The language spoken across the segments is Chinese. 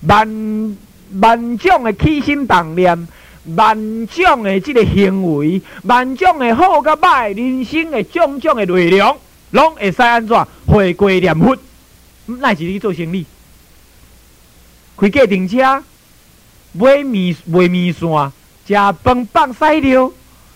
万种的起心动念，万种的这个行为，万种的好甲歹，人生的种种的内容，拢会使安怎回归念佛？那是你做生意，开计程车，卖面线，食饭放屎尿，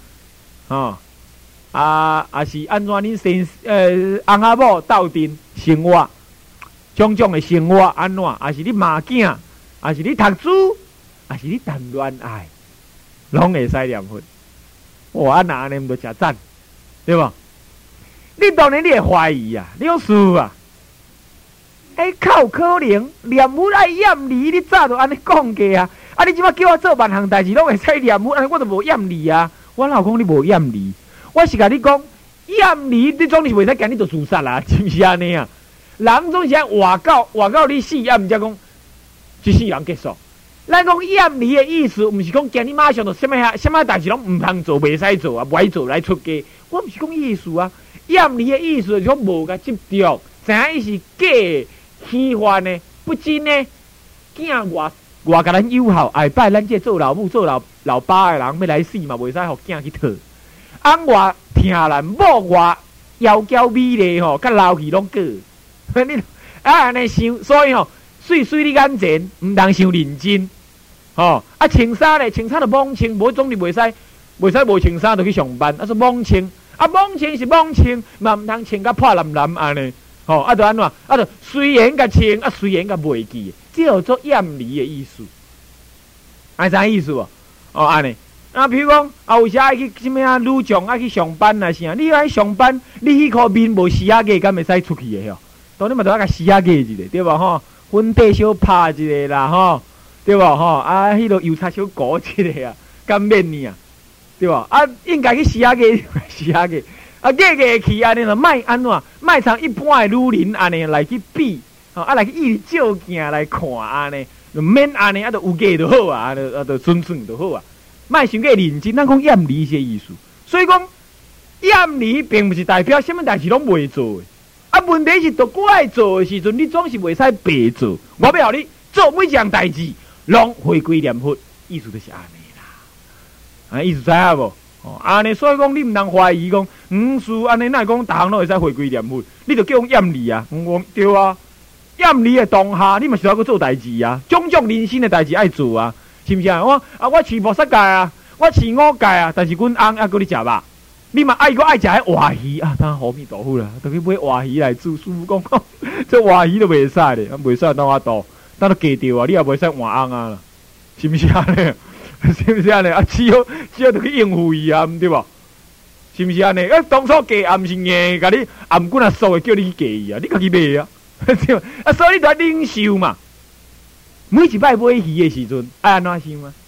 是安怎恁翁仔某斗阵生活，种种的生活安怎？也是你骂囝，也是你读书，也是你谈恋爱，拢会使念佛。哇，安那安尼毋着诚赞，对无？你当然你会怀疑啊，你有事啊？靠可能念佛爱厌离，你早就安尼讲过啊！你即摆叫我做万项代志，拢会使念佛，安尼我就无厌离啊！我哪有讲你无厌离？我是甲你讲，厌离你总是袂使惊你就自杀啦，是毋是安尼啊？人总是爱活到你死，毋才讲一世人结束。咱讲厌离的意思，毋是讲惊你马上就什么代志拢毋通做，袂使做啊，袂做来出家。我毋是讲意思啊，厌离的意思就是讲无甲执着，知影伊是假虚幻的、不真的。囝外甲咱友好，下摆咱这做老母、做老爸的人要来死嘛，袂使互囝去讨。翁外疼咱，某外窈窕美丽吼，甲老气拢过。你安尼想，所以吼，水你眼前，毋通伤认真。穿衫咧，穿衫就莽穿，无总是袂使无穿衫就去上班。说莽穿，莽穿是莽穿，嘛毋通穿甲破烂烂安尼。就安怎？就虽然甲穿，虽然甲袂记，这叫做厌离的意思。啥意思无？安尼。比如讲，有时爱去什么女将爱去上班啊啥？你爱上班，你迄颗面无洗啊个，敢会使出去的吼？当然嘛，都要甲洗啊个一个，对无粉底小拍一个啦，对无迄个油擦小裹一个啊，敢免呢啊？对无应该去洗啊个，洗啊个。个去安尼就卖安怎？卖像一般的女人安尼来去比，来去以照镜来看安尼，就免安尼，就有价就好啊，就顺就好啊。卖伤过认真，咱讲厌离些意思。所以讲厌离并不是代表什么代志拢袂做的。问题是，都爱做的时阵，你总是袂使白做。我要互你做每一样代志，拢回归念佛，意思就是安尼啦。意思知影无？安尼，所以讲你毋通怀疑讲，是安尼，哪会讲逐项拢会使回归念佛？你就叫讲厌离啊？对啊，厌离的当下，你嘛是要去做代志啊，种种人生的代志爱做啊，是毋是啊？我饲菩萨戒啊，我饲五戒啊，但是阮翁还搁你食肉，你嘛爱食迄活鱼啊？当阿弥陀佛啦，就去买活鱼来煮。师傅讲，这活鱼都袂使咧，袂使当我度，当都加掉啊，你也袂使换翁啊啦，是毋是安尼？是毋是安尼？只要就去应付伊啊，对无？是毋是安尼？当初嫁也毋是硬，甲你颔棍素的叫你去嫁伊啊，你家己买啊，所以你就要忍受嘛。每一摆买鱼的时阵，爱安怎想啊？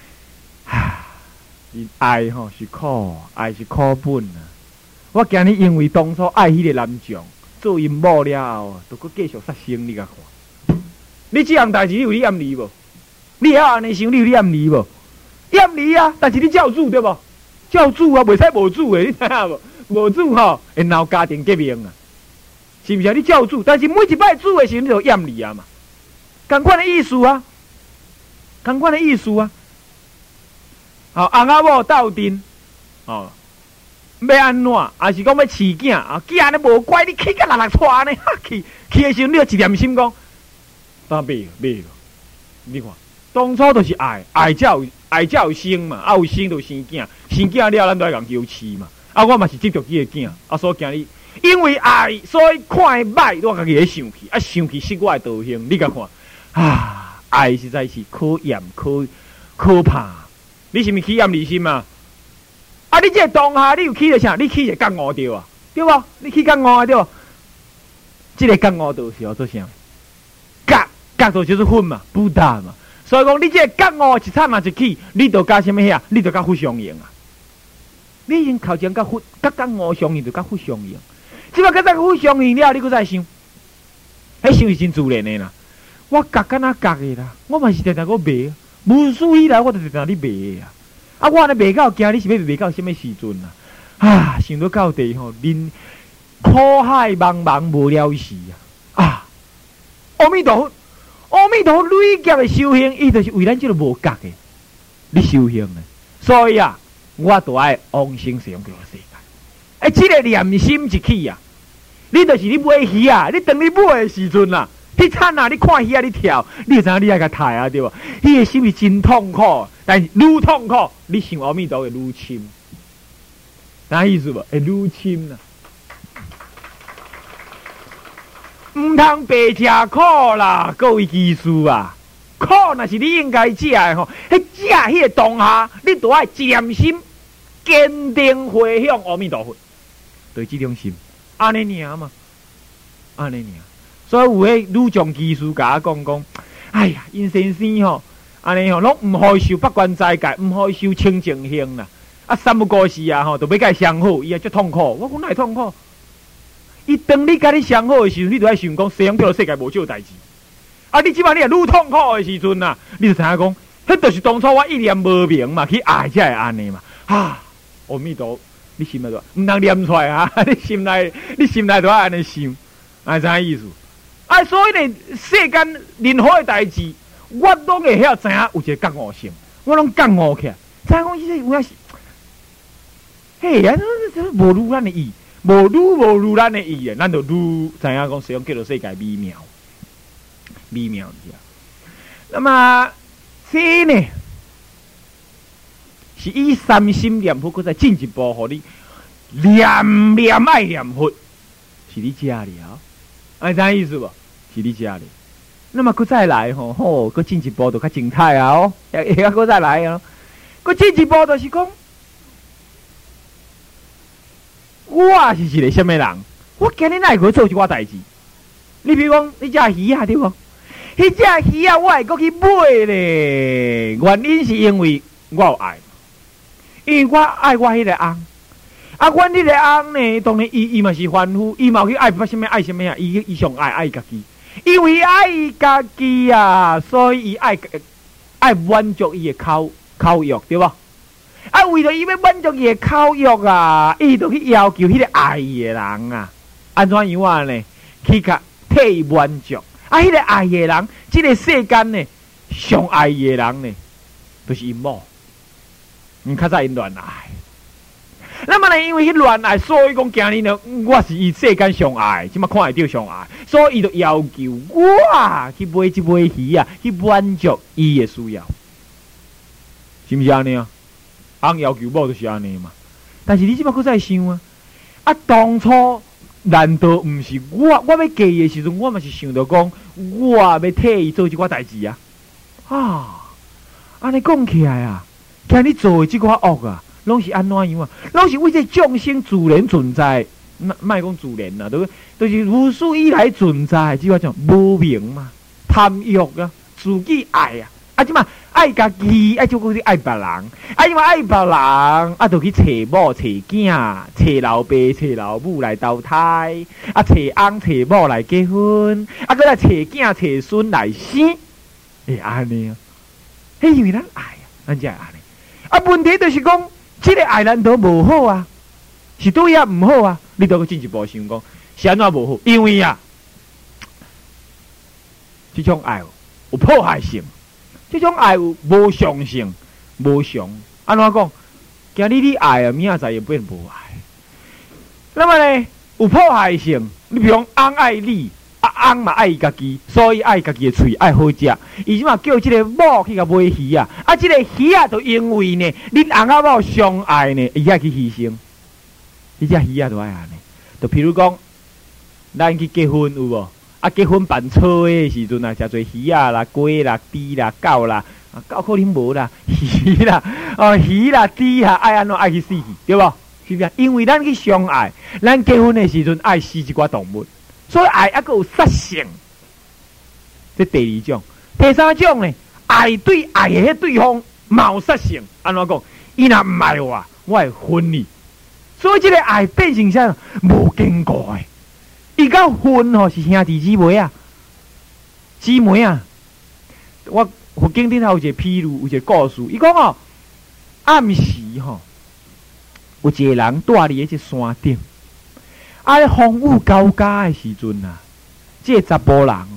爱是苦，爱是苦本啊！我今日因为当初爱迄个男将，做因某了后，就搁继续杀生，你甲看。你这样代志，你有你厌离无？你会安尼想，你有你厌离无？厌离啊！但是你照做对无？照做啊，袂使无做的，你知影无？无做会闹家庭革命啊！是毋是啊？你照做，但是每一摆做的时候，你就厌离啊嘛。同款的意思啊，同款的意思啊。翁仔某斗阵，要安怎？还是讲要饲囝啊？囝安尼无乖，你气甲六拖呢？气的时候，你就一念心讲，当买了。你看，当初就是爱才有生嘛，有生就生囝，生囝了咱都爱共叫饲嘛。我嘛是执着这个囝，所以今日因为爱，所以看伊歹，我家己咧生气，生气失我的道行。你甲看，爱实在是可厌可怕。你是毋是起厌离心嘛？你这当下你有起着啥？你起着觉悟着啊，对无？你起觉悟啊，对无？这个觉悟道是要做啥？觉就是分嘛，不大嘛。所以讲，你这个觉悟一刹那一起，你就甲什么呀？你就甲佛相应啊！你已经靠前甲佛觉悟相应，就甲佛相应。即摆甲咱佛相应了，你搁再想，迄想是真自然的啦。我觉敢若觉的啦，我嘛是常常搁卖。无事以来，我就常常咧卖啊！我安尼卖到惊，你是要卖到什么时阵啊？想到底吼，人苦海茫茫无了时啊！阿弥陀佛， 阿弥陀累劫的修行，伊就是为咱这个无觉的，你修行的。所以啊，我都爱往生西方极乐世界。这个念心一起啊，你就是你买鱼啊，你当你买的时阵啊，迄惨啊，你看鱼啊，你跳，你就知影你爱甲杀啊，对无？迄个心是真痛苦，但是愈痛苦，你想阿弥陀会愈深，啥意思无？会愈深啊！唔通白吃苦啦，各位技师啊！苦那是你应该食的吼，迄食迄个当下，你都爱坚心、坚定回向阿弥陀佛，对这种心，安尼尔嘛，安尼尔。所以有迄女将技师甲我讲，哎呀，因先生吼，安尼吼，拢唔好受八关斋戒，唔好受清净行啦。啊，三不五时啊吼，都要甲伊相好，伊也足痛苦。我讲哪会痛苦？伊当你甲你相好的时候，你就爱想讲，西方极乐世界无这代志。啊，你即摆你也愈痛苦的时阵啊，你就知影讲，迄就是当初我一念无明嘛，去爱才会安尼嘛。啊，阿弥陀，你心内都唔通念出来啊！你心内都爱安尼想，啊，啥意思？啊，所以呢，世间任何的代志，我拢会晓知影有一个觉悟性，我拢觉悟起来。知影讲，有影是，嘿，啊，无如咱的意。无如咱的意诶，咱就愈知影讲西方极乐世界美妙，美妙是啊。那么这呢，是以三心念佛，搁再进一步，互你念爱念佛，是你家了，哎，啥意思无？是你家了。那么搁再来吼，搁进一步就较精彩啊哦，也搁再来啊，搁进一步就是讲。我是一个什么人？我今日哪会做一寡代志？你比如讲，你只鱼啊，对不？迄只鱼啊，我会搁去买咧。原因是因为我有爱，因为我爱我迄个翁。啊，阮迄个翁呢，当然伊嘛是凡夫，伊嘛有去爱什么爱什么啊？伊上爱家己，因为爱家己啊，所以伊爱满足伊的口欲，对不？啊，为了伊要满足伊的口欲啊，伊就去要求迄个爱伊的人啊，安怎样啊呢？去甲替伊满足。啊，迄个爱伊的人，这个世间呢，上爱伊的人呢，就是因某。较早因乱爱，那么呢，因为迄乱爱，所以讲今日呢，我是伊世间上爱，即马看会到上爱，所以伊就要求我去买一尾鱼啊，去满足伊的需要，是毋是安尼啊？翁要求某就是安尼嘛，但是你即摆搁再想啊，啊当初难道毋是我要嫁伊的时阵，我嘛是想到讲，我要替伊做即寡代志啊，安尼讲起来啊，今日做的即寡恶啊，拢是安怎样啊？拢是为这众生自然存在，莫讲自然啦，就是无数以来存在，即话叫无明嘛，贪欲啊，自己爱啊。啊！即嘛爱家己，就去爱别人。啊！即嘛爱别人，啊，就去找某、找囝、找老爸、找老母来投胎。啊，找翁、找某来结婚。啊，搁来找囝、找孙来生。安尼啊？迄因为咱爱啊，咱才会安尼。啊，问题就是讲，这个爱难道无好啊？是对啊，唔好啊？你都去进一步想讲，是安怎无好？因为啊，这种爱有迫害性。这种爱有无常性，无常。安怎讲？今日你爱啊，明仔载也变无爱。那么呢，有迫害性。你比如讲，翁爱你，啊翁嘛爱家己，所以爱家己的嘴爱好食。伊即嘛叫这个某去甲买鱼啊，啊，这个鱼啊，就因为呢，恁翁仔某相爱呢，伊爱去牺牲。伊只鱼啊，就爱安尼。就譬如讲，咱去结婚有无？啊，结婚办错的时阵啊，诚侪鱼啊啦、鸡啦、猪啦、狗啦，狗可能无啦，鱼啦、鱼啦、猪啦，爱安怎爱去死去，对无？是不是？因为咱去相爱，咱结婚的时阵爱死一寡动物，所以爱还佫有杀性。这第二种，第三种呢，爱对爱的迄对方冇杀性，安怎讲？伊若唔爱我，我会分你。所以这个爱变成啥？无经过的。伊到分吼是兄弟姊妹啊，姊妹啊。我佛经顶头有一个譬如，有一个故事。伊讲哦，暗时吼，有一个人住伫迄只山顶，啊，风雨交加的时阵啊，这个查甫人吼，突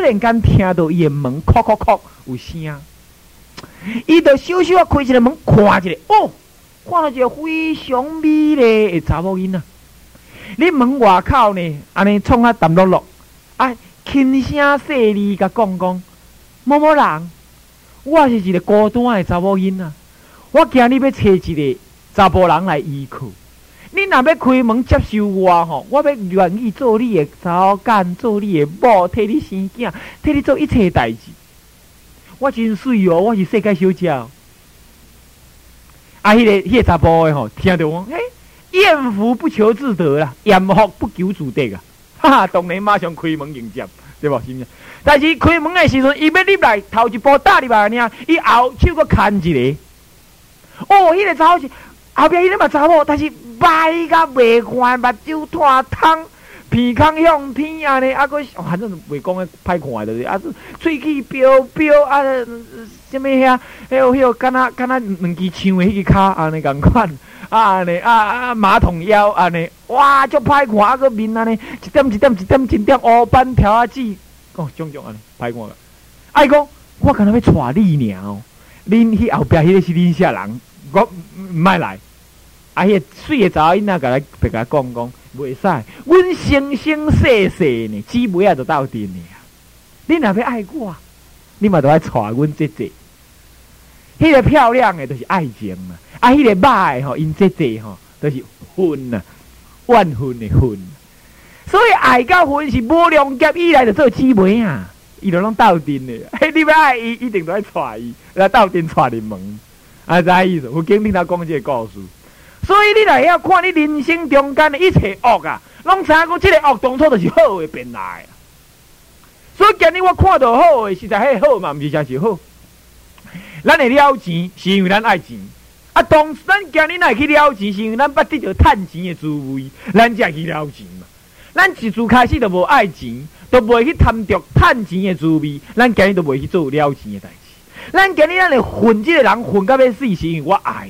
然间听到伊的门叩叩叩有声，伊就小小啊开一个门看一下，哦，看到一个非常美丽的查某囡仔。你门外口呢，安尼创啊淡落落，啊轻声细语甲讲讲，某某人，我是一个孤单的查某囡仔，我今日要找一个查甫人来依靠。你若要开门接受我吼，我要愿意做你的查某干，做你的某，替你生囝，替你做一切代志。我真水哦，我是世界小姐哦。啊，迄个查甫的吼，听到讲，嘿，艳福不求自得啦，艳福不求自得啊！哈哈，当然马上开门迎接，对不？是不是？但是开门的时阵，伊要入来，头一步打入来尔，伊后手搁牵一个。哦，迄个查某是后壁迄个嘛查某，但是歹甲袂看，目睭拖汤，鼻孔向天安尼，啊个反正袂讲个歹看的，啊喙齿飙飙啊，什么遐，迄个敢若两支枪的迄个骹安尼共款，啊安尼马桶腰安尼，哇足歹看，啊个面安尼一点乌斑条啊子，哦种安尼歹看个。啊伊讲我敢若要带你尔哦，恁迄后壁迄个是恁啥人？我唔爱来。啊！迄个水的查某囡仔，甲讲讲，袂使。阮生生世世呢，姊妹仔就斗阵呢。你若要爱我，你嘛着爱带阮姐姐。迄个漂亮的，就是爱情嘛。啊，迄个歹的吼，因姐姐吼，就是恨呐，怨恨的恨。所以爱甲恨是无量劫以来就做姊妹啊，伊就拢斗阵的。嘿，你要爱伊，一定着爱带伊，来斗阵带入门。啊，知意思？有经恁头讲这个故事。所以你若会晓看你人生中间的一切恶啊，拢知影讲这个恶当初就是好的变来的。所以今日我看到好的，实在迄好嘛，毋是真是好。咱会了钱，是因为咱爱钱。啊，当咱今日若会去了钱，是因为咱捌得到趁钱的滋味，咱才去了钱嘛。咱自开始就无爱钱，就袂去贪着趁钱的滋味，咱今日就袂去做了钱的代志。咱今日咱会恨这个人，恨到要死，是因为我爱。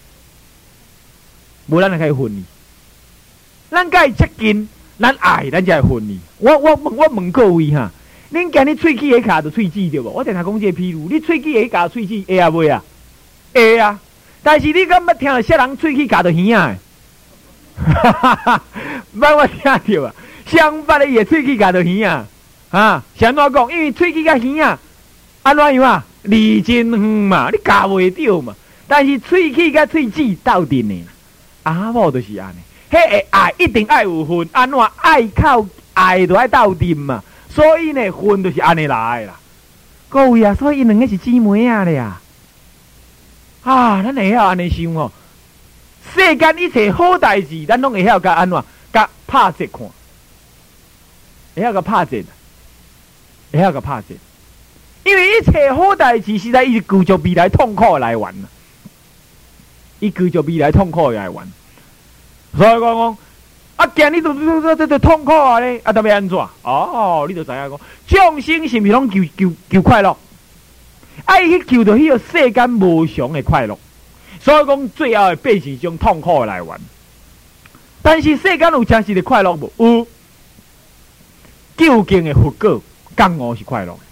无咱就可以恨你，咱甲伊接近，咱爱，咱才会恨你。我问各位哈，恁今日喙齿会卡着喙齿对无？我定下讲这个譬如，你喙齿会卡喙齿会啊袂啊？会啊！但是你敢捌听到啥人喙齿卡着耳啊？哈哈哈！捌我听到啊，相捌的伊喙齿卡着耳啊！啊，是安怎讲？因为喙齿甲耳啊，安怎样啊？离真远嘛，你夹袂着嘛。但是喙齿甲喙齿斗阵的。阿某就是安尼，迄个爱一定爱有恨，安怎爱靠爱就爱斗阵嘛，所以呢，恨就是安尼来啦。各位啊，所以因两个是姊妹啊咧啊！啊，咱会晓安尼想哦，世间一切好代志，咱拢会晓甲安怎甲拍折看，会晓甲拍折，会晓甲拍折，因为一切好代志实在伊是拒绝未来痛苦来源啦。伊拒绝未来痛苦的来源，所以讲，啊，今日就痛苦啊咧，啊，要安怎？哦，你就知影讲，众生是毋是拢求快乐？爱去求到迄个世间无常的快乐，所以讲最后会变成一种痛苦的来源。但是世间有真实的快乐无？有，究竟的佛果觉悟是快乐的。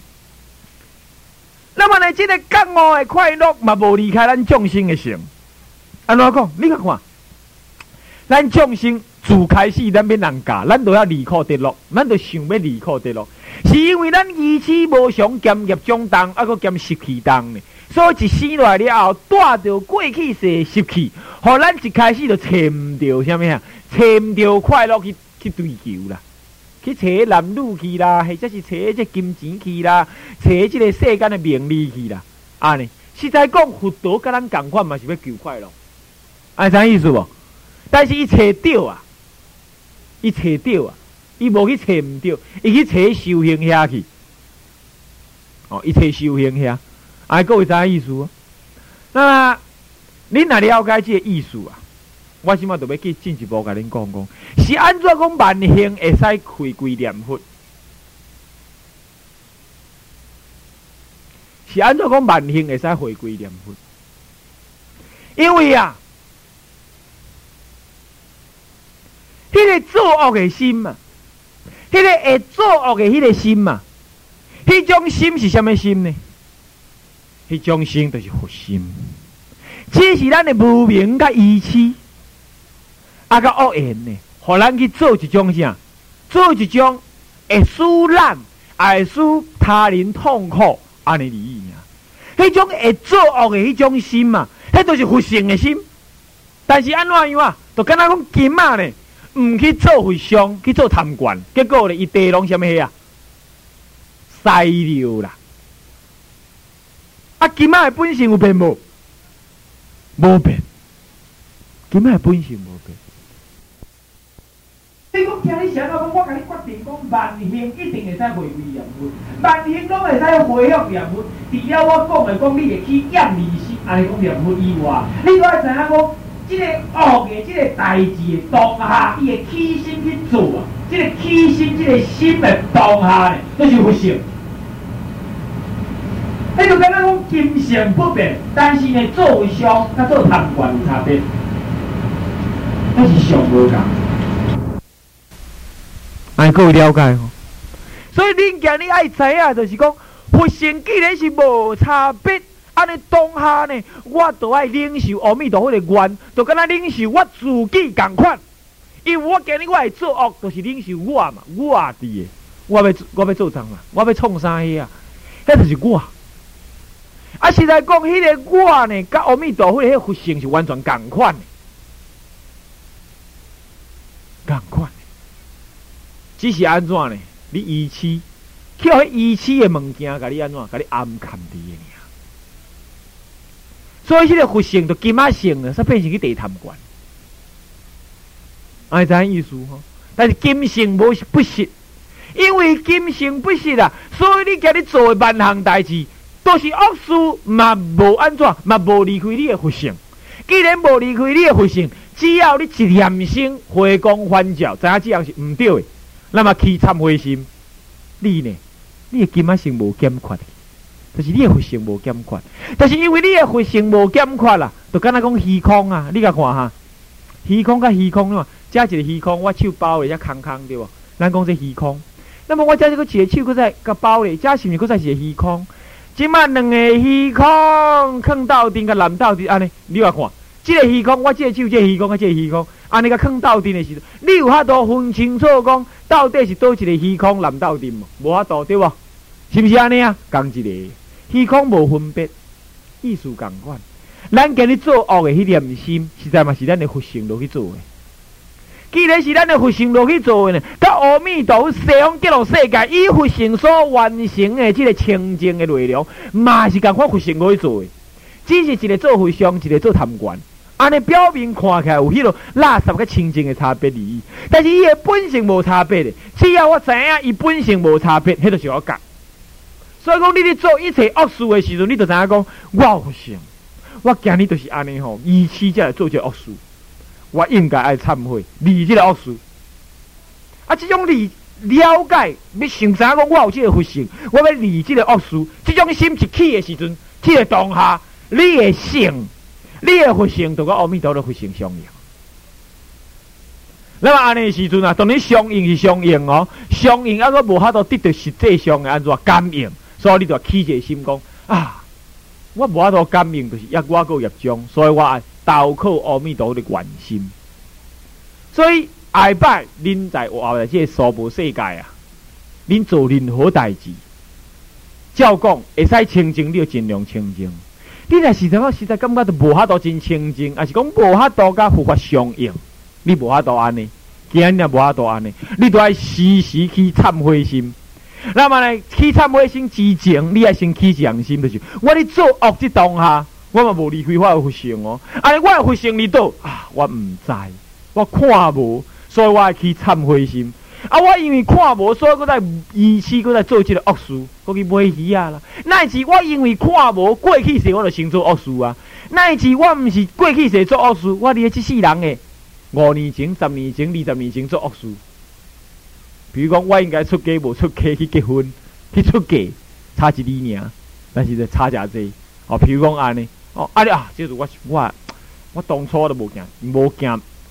那么呢，这个觉悟的快乐嘛，无离开咱众生的性。安怎讲？你看，咱众生自开始，咱要人教，咱都要离苦得乐，咱都想要离苦得乐，是因为咱疑痴无常，兼业障重，啊，搁兼习气重呢。所以一生落来了后，带着过去世习气，互咱一开始就找唔到啥物啊？找唔到快乐去追求啦，去找男女去啦，或者是找这金钱去啦，找这个世间的名利去啦，安尼。实在讲，佛陀甲咱同款嘛，是要求快乐。安啥意思无？但是伊找到啊，伊找到啊，伊无去找唔到，伊去找修行遐去。哦，伊找修行遐，各位知影意思啊？那恁若了解这个意思啊，我即马就要去进一步甲恁讲讲，是安怎讲万行会使回归念佛？是安怎讲万行会使回归念佛？因为啊。迄个作恶的心嘛，迄个会作恶的迄个心嘛， 迄种心是什么心呢？迄种心就是佛心，只是咱的无明甲愚痴，甲恶缘呢，互咱去做一种啥？做一种会使咱，会使他人痛苦安尼而已啊。迄种会作恶的迄种心嘛，迄就是佛性的心。但是安怎样啊？就敢若讲金仔呢，唔去做回商，去做贪官，结果呢，伊地拢什么啊？塞了啦！啊，金仔的本性有变无？无变，金仔的本性无变。你讲听你想到讲，我甲你决定讲，万行一定会使回归念佛，万行拢会使回向念佛。除了我讲的讲，你会去厌离心，安尼讲念佛以外，你都要知影讲，这个恶的这个代志的当下，伊会起心去做啊。这个起心，这个心的当下呢，都是佛性。你就敢若讲金性不变，但是呢，做为商，甲做贪官有差别，那是上无共。哎，各位了解吼，所以恁今日爱知影，就是讲佛性既然是无差别，安尼当下呢，我都爱领受阿弥陀佛的愿，就敢若领受我自己共款。因为我今日我会做恶，就是领受我嘛，我伫的，我要做啥嘛，我要创啥嘢啊？迄就是我。啊，实在讲，迄个我呢，甲阿弥陀佛的迄佛性是完全共款的，共款。只是安怎呢？你愚痴，去迄愚痴的物件，甲你安怎？甲你暗藏伫的尔。所以，迄个佛性就金仔性了，煞变成去地贪官。安知影意思吼？但是金性无不实，因为金性不实啊，所以你今日做的万项代志，都是恶事，嘛无安怎，嘛无离开你的佛性。既然无离开你的佛性，只要你一念心回光返照，知影这样是唔对的。那么起忏悔心，你呢？你的金仔性无减缺，就是你的佛性无减缺。但是因为你的佛性无减缺啦，就敢若讲虚空啊！你甲看哈，虚空甲虚空嘛，遮一个虚空，我手包咧，遮空空对无？咱讲这虚空。那么我遮这个一个手搁在甲包咧，遮是毋是搁在一个虚空？即摆两个虚空放斗阵甲南斗阵安尼，你甲看。这个虚空，我这个手，这个虚空，这个虚空，安尼甲放斗阵的时候，你有法度分清楚讲，到底是倒一个虚空南斗阵无？无法度对无？是不是安尼啊？共一个虚空无分别，意思共款。咱今日做恶的迄念心，实在嘛是咱的佛性落去做的。既然是咱的佛性落去做的呢，甲阿弥陀佛西方极乐世界以佛性所完成的这个清净的内容，嘛是共款佛性落去做的。只是一个做和尚，一个做贪官。安尼表面看起来有迄落垃圾甲清净的差别而已，但是伊的本性无差别的。只要我知影伊本性无差别，迄就是我讲。所以讲，你咧做一切恶事的时阵，你就知影讲，我有佛性，我今日就是安尼吼，愚痴才来做这恶事，我应该爱忏悔，离这个恶事。啊，这种离了解，要想知影讲，我有这个佛性，我要离这个恶事，这种心一起的时阵，这个当下，你的性。你的佛性就跟阿弥陀的佛性相应，那么安尼时阵啊，当然相应是相应哦，相应啊，个无法度得到实际上的安怎感应，所以你就起一个心讲啊，我无法度感应，就是我个业障，所以我爱投靠阿弥陀的愿心。所以下摆恁在活在这个娑婆世界啊，恁做任何代志，照讲会使清净，你就尽量清净。你若实在感觉到无法度真清净，还是讲无法度甲佛法相应，你无法度安尼，既然你无法度安尼，你都爱时时去忏悔心。那么呢，去忏悔心之前，你爱先起良心，就是我咧做恶这当下，我嘛无离开我的佛性哦。安尼我的佛性伫倒啊，我唔知，我看无，所以我爱去忏悔心。啊！我因为看无，所以我在愚痴，我在做这个恶事，我去买鱼啊啦。乃至我因为看无，过去世我就先做恶事啊。乃至我唔是过去世做恶事，我伫这世人诶5年前、10年前、20年前做恶事。比如讲，我应该出家无出家去结婚，去出家差一厘尔，但是就差真济。哦，比如讲安尼，哦，啊，这是我当初都无惊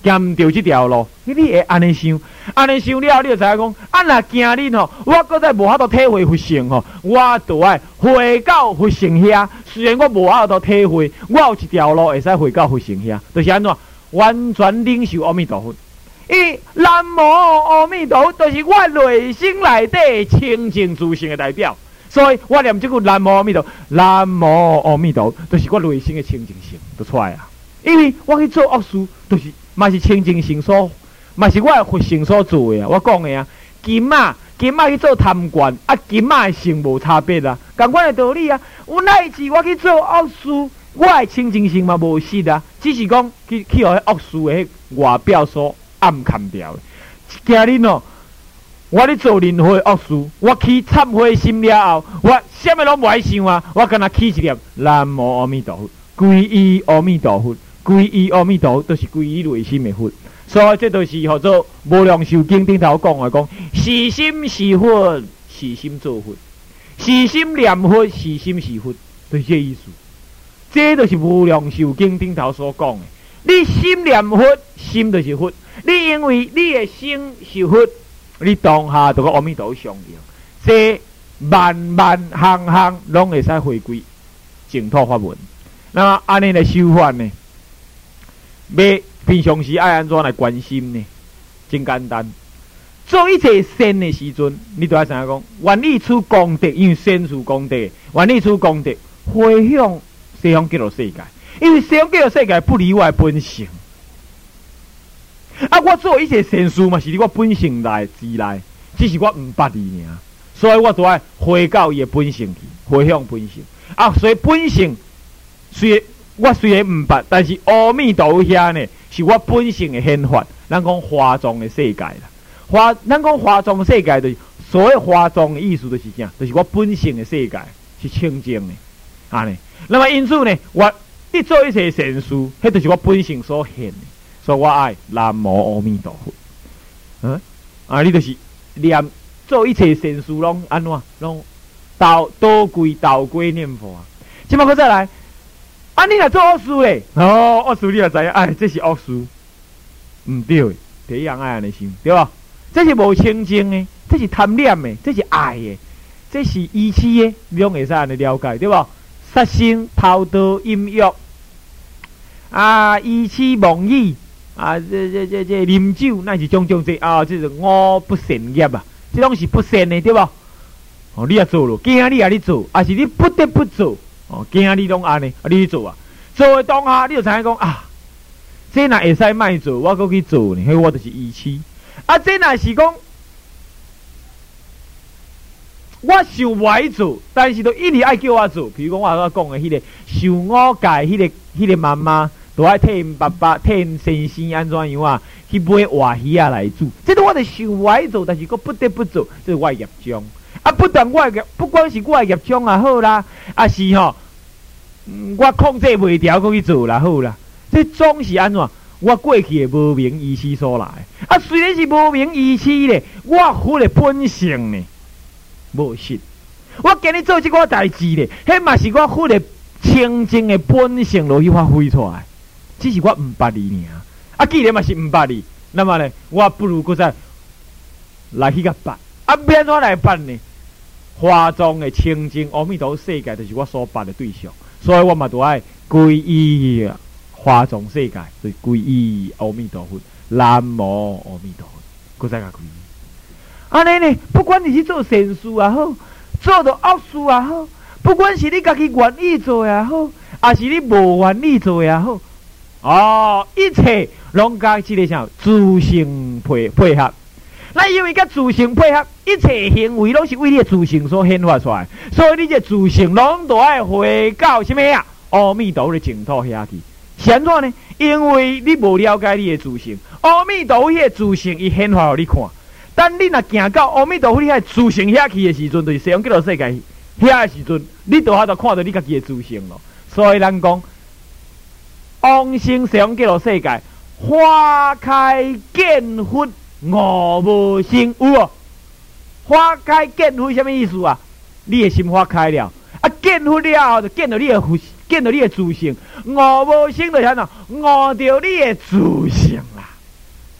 行唔到这条路，你会安尼想，安尼想了，你就知影讲，啊若今日吼，我搁再无法度体会佛性吼，我就爱回到佛性遐。虽然我无法度体会，我有一条路会使回到佛性遐，就是安怎完全领受阿弥陀佛。南无阿弥陀佛，就是我内心内底清净自性的代表。所以我念这句南无阿弥陀，南无阿弥陀，就是我内心的清净性就出来啊。因为我去做恶事，就是嘛是清净性所，嘛是我的佛性所做的啊。我讲的啊，金仔去做贪官，啊金仔的性无差别啊，同款的道理啊。有乃至我去做恶事，我的清净性嘛无失啊，只是讲去互迄恶事的外表所暗砍掉的。今日哦，我咧做任何恶事，我起忏悔心了后，我啥物拢无爱想啊，我敢若起一念南无阿弥陀佛，皈依阿弥陀佛。皈依阿弥陀佛，就是皈依内心的佛，所以这就是叫做无量寿经顶头讲的讲，是心是佛，是心做佛，是心念佛，是心是佛，就是这意思。这就是无量寿经顶头所讲的。你心念佛，心就是佛。你因为你的心是佛，你当下就跟阿弥陀佛相应，这万万项项拢会使回归净土法门。那么安尼的修法呢？要平常时爱安怎来关心呢？真简单，做一切善的时阵，你都要怎样讲？愿意出功德，因为善出功德，愿意出功德，回向西方极乐世界，因为西方极乐世界不离我的本性。啊，我做一切善事嘛，是伫我本性内之内，只是我唔捌你尔，所以我都爱回到伊的本性去，回向本性。啊，所以本性我虽然唔捌，但是阿弥陀佛遐呢，是我本性的显法。咱讲华藏的世界啦，咱讲华藏世界就是所谓华藏的意思，就是啥？就是我本性的世界是清净的，安尼。那么因此呢，我你做一切善事，迄就是我本性所现的，所以我爱南无阿弥陀佛。你就是念做一切善事拢安怎？拢倒归念佛啊。即摆佫再来。你若做恶事咧，恶事你也知影，这是恶事，唔对的，第一样爱安尼想，对吧？这是无清净的，这是贪念的，这是爱的，这是愚痴的，你拢会使安尼了解，对吧？杀生、偷盗、淫欲，愚痴、妄语，这啉酒，那是种种这这是五不善业啊，这拢是不善的，对吧？你也做咯，今仔你也你做，还是你不得不做。今仔日拢安尼，你去做啊？做的当下，你就知影讲这若会使卖做，我搁去做呢，迄我就是愚痴。这若是讲我想不爱做，但是都一直爱叫我做。比如讲我讲的迄个受五戒，迄个妈妈都爱替因爸爸、替因先生安怎样啊？去买活鱼来煮，这都我就想不爱做，但是搁不得不做，这是我的业障。不管是我的业障也好啦，是我控制袂调，搁去做啦好啦。这总是安怎？我过去的无明意识所来。虽然是无明意识咧，我佛的本性呢无失。我今日做这个代志咧，迄嘛是我佛的清净的本性落去发挥出来，只是我唔捌你尔。既然嘛是唔捌你，那么呢，我不如搁再来去甲捌。变怎来办呢？华藏的清净阿弥陀世界，就是我所捌的对象，所以我嘛都爱皈依华藏世界，就是皈依阿弥陀佛，南无阿弥陀佛，搁再甲皈依。安尼呢，不管你去做善事也好，做到恶事也好，不管是你家己愿意做也好，还是你无愿意做也好，一切拢甲这个啥自性配合。那因为甲自性配合，一切行为拢是为你的自性所显化出来，所以你这自性拢都爱回到什么啊？阿弥陀佛的净土遐去。是安怎呢？因为你无了解你的自性，阿弥陀佛迄个自性伊显化互你看。但你若行到阿弥陀佛迄个自性遐去的时阵，就是西方极乐世界遐的时阵，你就看到你家己的自性咯。所以咱讲，往生西方极乐世界，花开见佛。我无生有哦，花开见佛什么意思啊？你的心花开了，见佛了后就见到你的佛，见到你的自性。我无生就啥呢？悟到你的自性啦。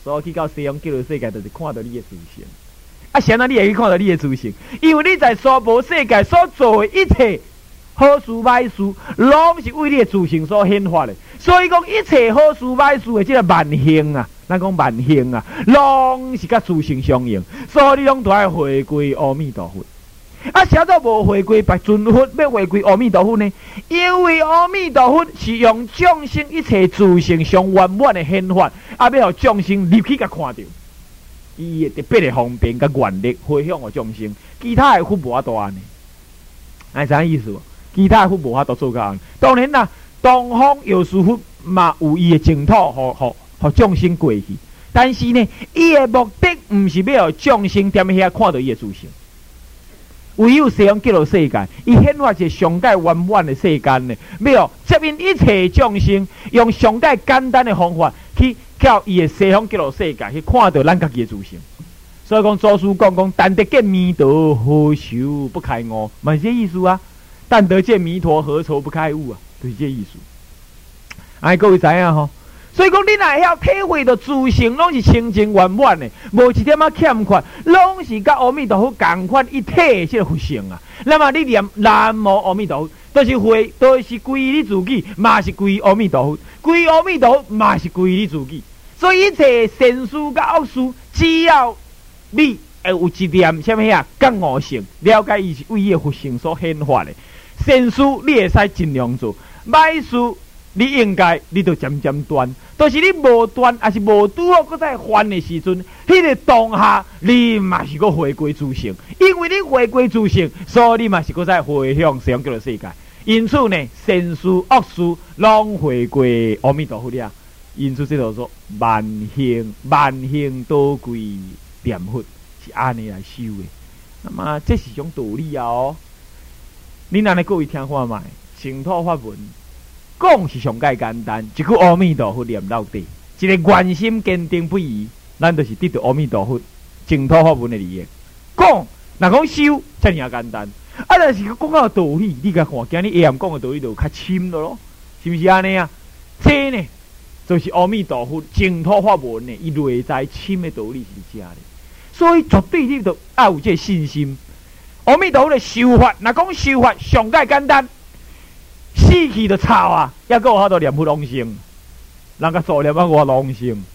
所以去到西方极乐世界，就是看到你的自性。啊，谁啊？你会去看到你的自性？因为你在娑婆世界所做的一切好事歹事，拢是为你的自性所显发的。所以讲，一切好事歹事的这个万行啊，咱讲万行啊，拢是甲自性相应。所以你拢都要回归阿弥陀佛。啊，啥叫无回归白尊佛，要回归阿弥陀佛呢？因为阿弥陀佛是用众生一切自性上圆满的显法，啊，要让众生立即甲看到，伊特别的方便甲愿力回向给众生，其他的佛无法度安尼，哎，啥意思无？其他的佛无法度做到安。当然啦，东方药师佛嘛有伊的净土，互众生过去，但是呢，伊的目的毋是要让众生踮遐看到伊的自性。唯有西方极乐世界，伊显化一个上界圆满的世间呢，要接引一切众生，用上界简单的方法去到伊的西方极乐世界去看到咱家己的自性。所以讲，祖师讲，但得见弥陀，何愁不开悟？嘛是这意思啊！但得见弥陀，何愁不开悟啊？就是这意思。哎，各位知影吼？所以讲，你若晓体会到自性，拢是清净圆满的，无一点仔欠缺，拢是甲阿弥陀佛共款一体的这个佛性啊。那么你念南无阿弥陀佛，都是归你自己，嘛是归阿弥陀佛，归阿弥陀佛嘛是归你自己。所以一切善事甲恶事，只要你会有一念什么呀觉悟性，了解伊是为伊的佛性所显发的。善事你会使尽量做，歹事你应该你就渐渐断。都是你无断，还是无拄好，搁再还的时阵，迄个当下你嘛是搁回归自性，因为你回归自性，所以你嘛是搁再回向西方极乐世界。因此呢，善事恶事拢回归阿弥陀佛了。因此这叫做万行都归念佛，是安尼来修的。那么这是种道理啊！哦，你若来各位听看卖，净土法文。讲是上界简单，一句阿弥陀佛念到底，一个愿心坚定不移，咱就是得到阿弥陀佛净土法文的利益。讲，若讲修，遮尔简单。啊，但是讲到道理，你甲看，今日下暗讲的道理就较深了咯，是不是安尼啊？这呢，就是阿弥陀佛净土法文呢，伊内在深的道理是这的，所以绝对你就要有这个信心。阿弥陀佛的修法，若讲修法上界简单。死去就臭啊！还佫有法度念佛往生，人家做念啊，我往生。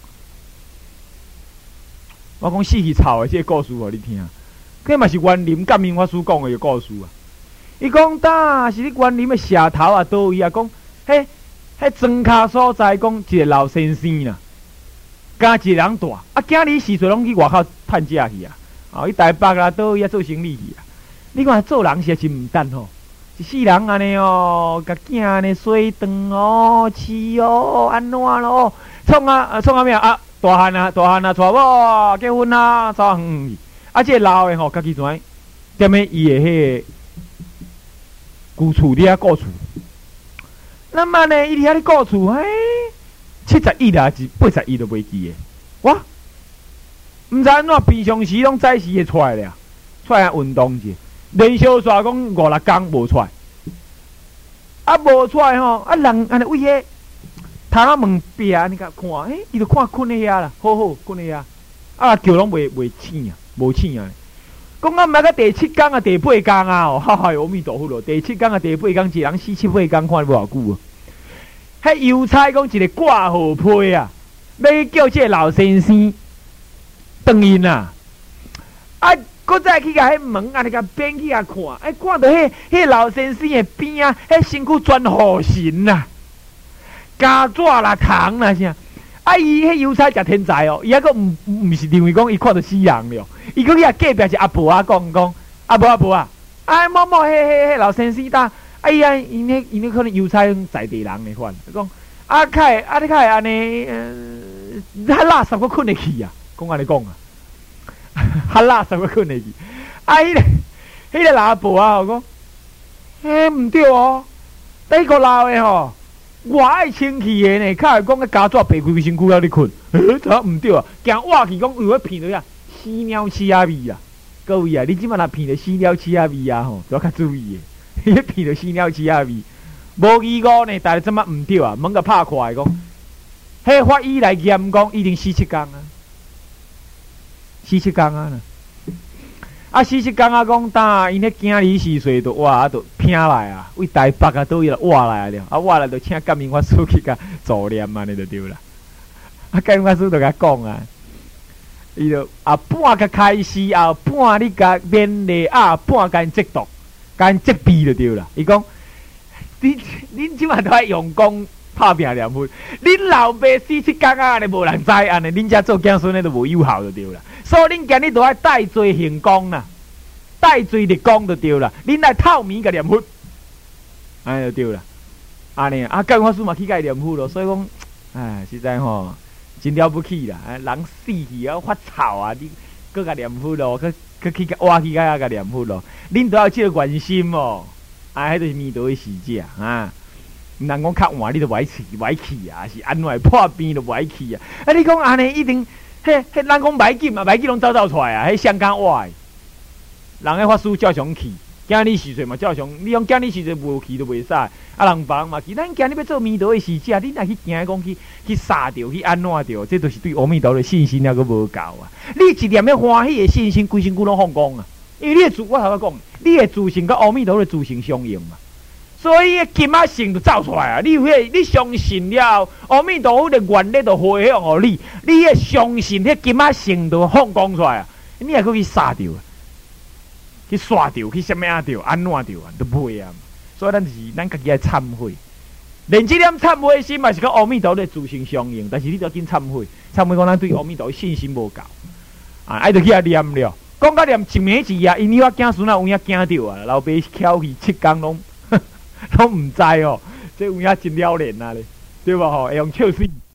我讲死去臭的这个故事互你听，这嘛是园林感应法师讲的故事啊。伊讲当是你园林的石头啊，倒位啊，讲迄庄卡所在，讲一个老先生啦，加一个人大啊，今日时阵拢去外口趁食去啊，哦，去台北啦，倒位啊做生意去啊。你看做人是真毋等吼。一世人安尼哦，甲囝安尼洗肠哦、饲哦、安怎咯？创啊咩啊？大汉啊，娶某结婚啊，走远去。啊，这个老的吼，家己怎？踮咧伊的迄个旧厝底下过厝。那么呢，伊伫遐咧过厝，70亿啦，是80亿都袂记的。哇！毋知安怎平常时拢早时会出来了，出来运动者。连续煞讲5-6天无出来，啊无出来吼，啊人安尼为迄头仔门壁安尼甲看，伊就看困咧遐啦，好好困咧遐，啊叫拢袂醒啊，无醒啊。讲啊，毋捌到第7天啊，第8天啊，哦，哈哈，阿弥陀佛咯，第7天啊，第8天，一人4、7、8天，看无偌久啊。迄邮差讲一个挂号批啊，要叫这个老先生转因啊，啊。搁再去甲迄门啊，你甲边去甲看，看到迄老先生的边啊，迄身躯全护神呐，加纸啦、糖啦啥，啊伊迄邮差真天才哦，伊还佫毋是认为讲伊看到死人了，伊佫去甲隔壁一阿婆啊讲，阿婆啊，某某迄老先生呾，伊迄可能邮差在地人的款，讲你较会安尼，较垃圾佫困会去啊，讲安尼讲啊。哈拉什么困会去？啊，迄个老婆啊，讲，毋对哦，第个老的吼，我爱清气的呢，较会讲个家纸白开开身躯了你困，怎毋对啊？惊挖去讲，有咧闻到呀，屎尿饲仔味啊！各位啊，你即摆若闻到屎尿饲仔味啊吼，都要较注意的，迄闻到屎尿饲仔味，无意外呢，但是怎么毋对啊？门个拍开讲，迄法医来验讲，一定4、7天啊。 47天啊呢。啊，47天啊，讲当因迄囝儿4岁就哇，就拼来啊，为台北啊，倒伊来挖来了，啊挖来就请感应法师去甲助念安尼就对啦。啊，感应法师就甲讲啊，伊就啊半个开始啊，半你甲勉励啊，半甲因折毒，甲因折逼就对啦。伊讲，恁即马都爱用功拍拼念佛，恁老爸47天啊，安尼无人知，安尼恁遮做囝孙咧都无有效就对啦。所以恁今日都爱带罪行功啦，带罪立功就对啦。恁来透明甲念佛，安尼就对啦。安尼啊，教法师嘛去甲伊念佛咯。所以讲，哎，实在吼，真了不起啦！人死去啊，发臭啊，你搁甲念佛咯，搁去挖去甲念佛咯。恁都要这个原心哦，啊，迄就是弥陀的使者啊。毋通讲较晚，你都袂去啊，是安怎破病都袂去啊？啊，你讲安尼一定。迄人讲歹紧嘛，歹紧拢走出来啊！迄相干活的，人个法师照常去，今日4岁嘛照常。你讲今日4岁无去都袂使，啊人别人嘛去。咱今日要做弥陀的使者，你若去惊讲去杀掉，去安怎掉，这就是对阿弥陀的信心还佫无够啊！你一念咧欢喜的信心，规身躯拢放光啊！因为你的自我头先讲，你的自信甲阿弥陀的自信相应嘛。所以金仔性就走出来啊！你相信了，阿弥陀佛的愿力就回向互你，你迄相信迄金仔性就放光出来啊！你还佫去杀掉，去刷掉，去什么啊掉，安怎掉啊，都袂啊！所以咱家己爱忏悔，连这点忏悔心嘛是跟阿弥陀的自信相应，但是你都要紧忏悔，忏悔讲咱对阿弥陀的信心无够啊，爱着去遐念了，讲到念一暝一夜，因为我囝孙仔有影惊着啊，老爸翘去7天拢。拢唔知哦，这有影真了然啊咧，对吧？吼，会用笑死。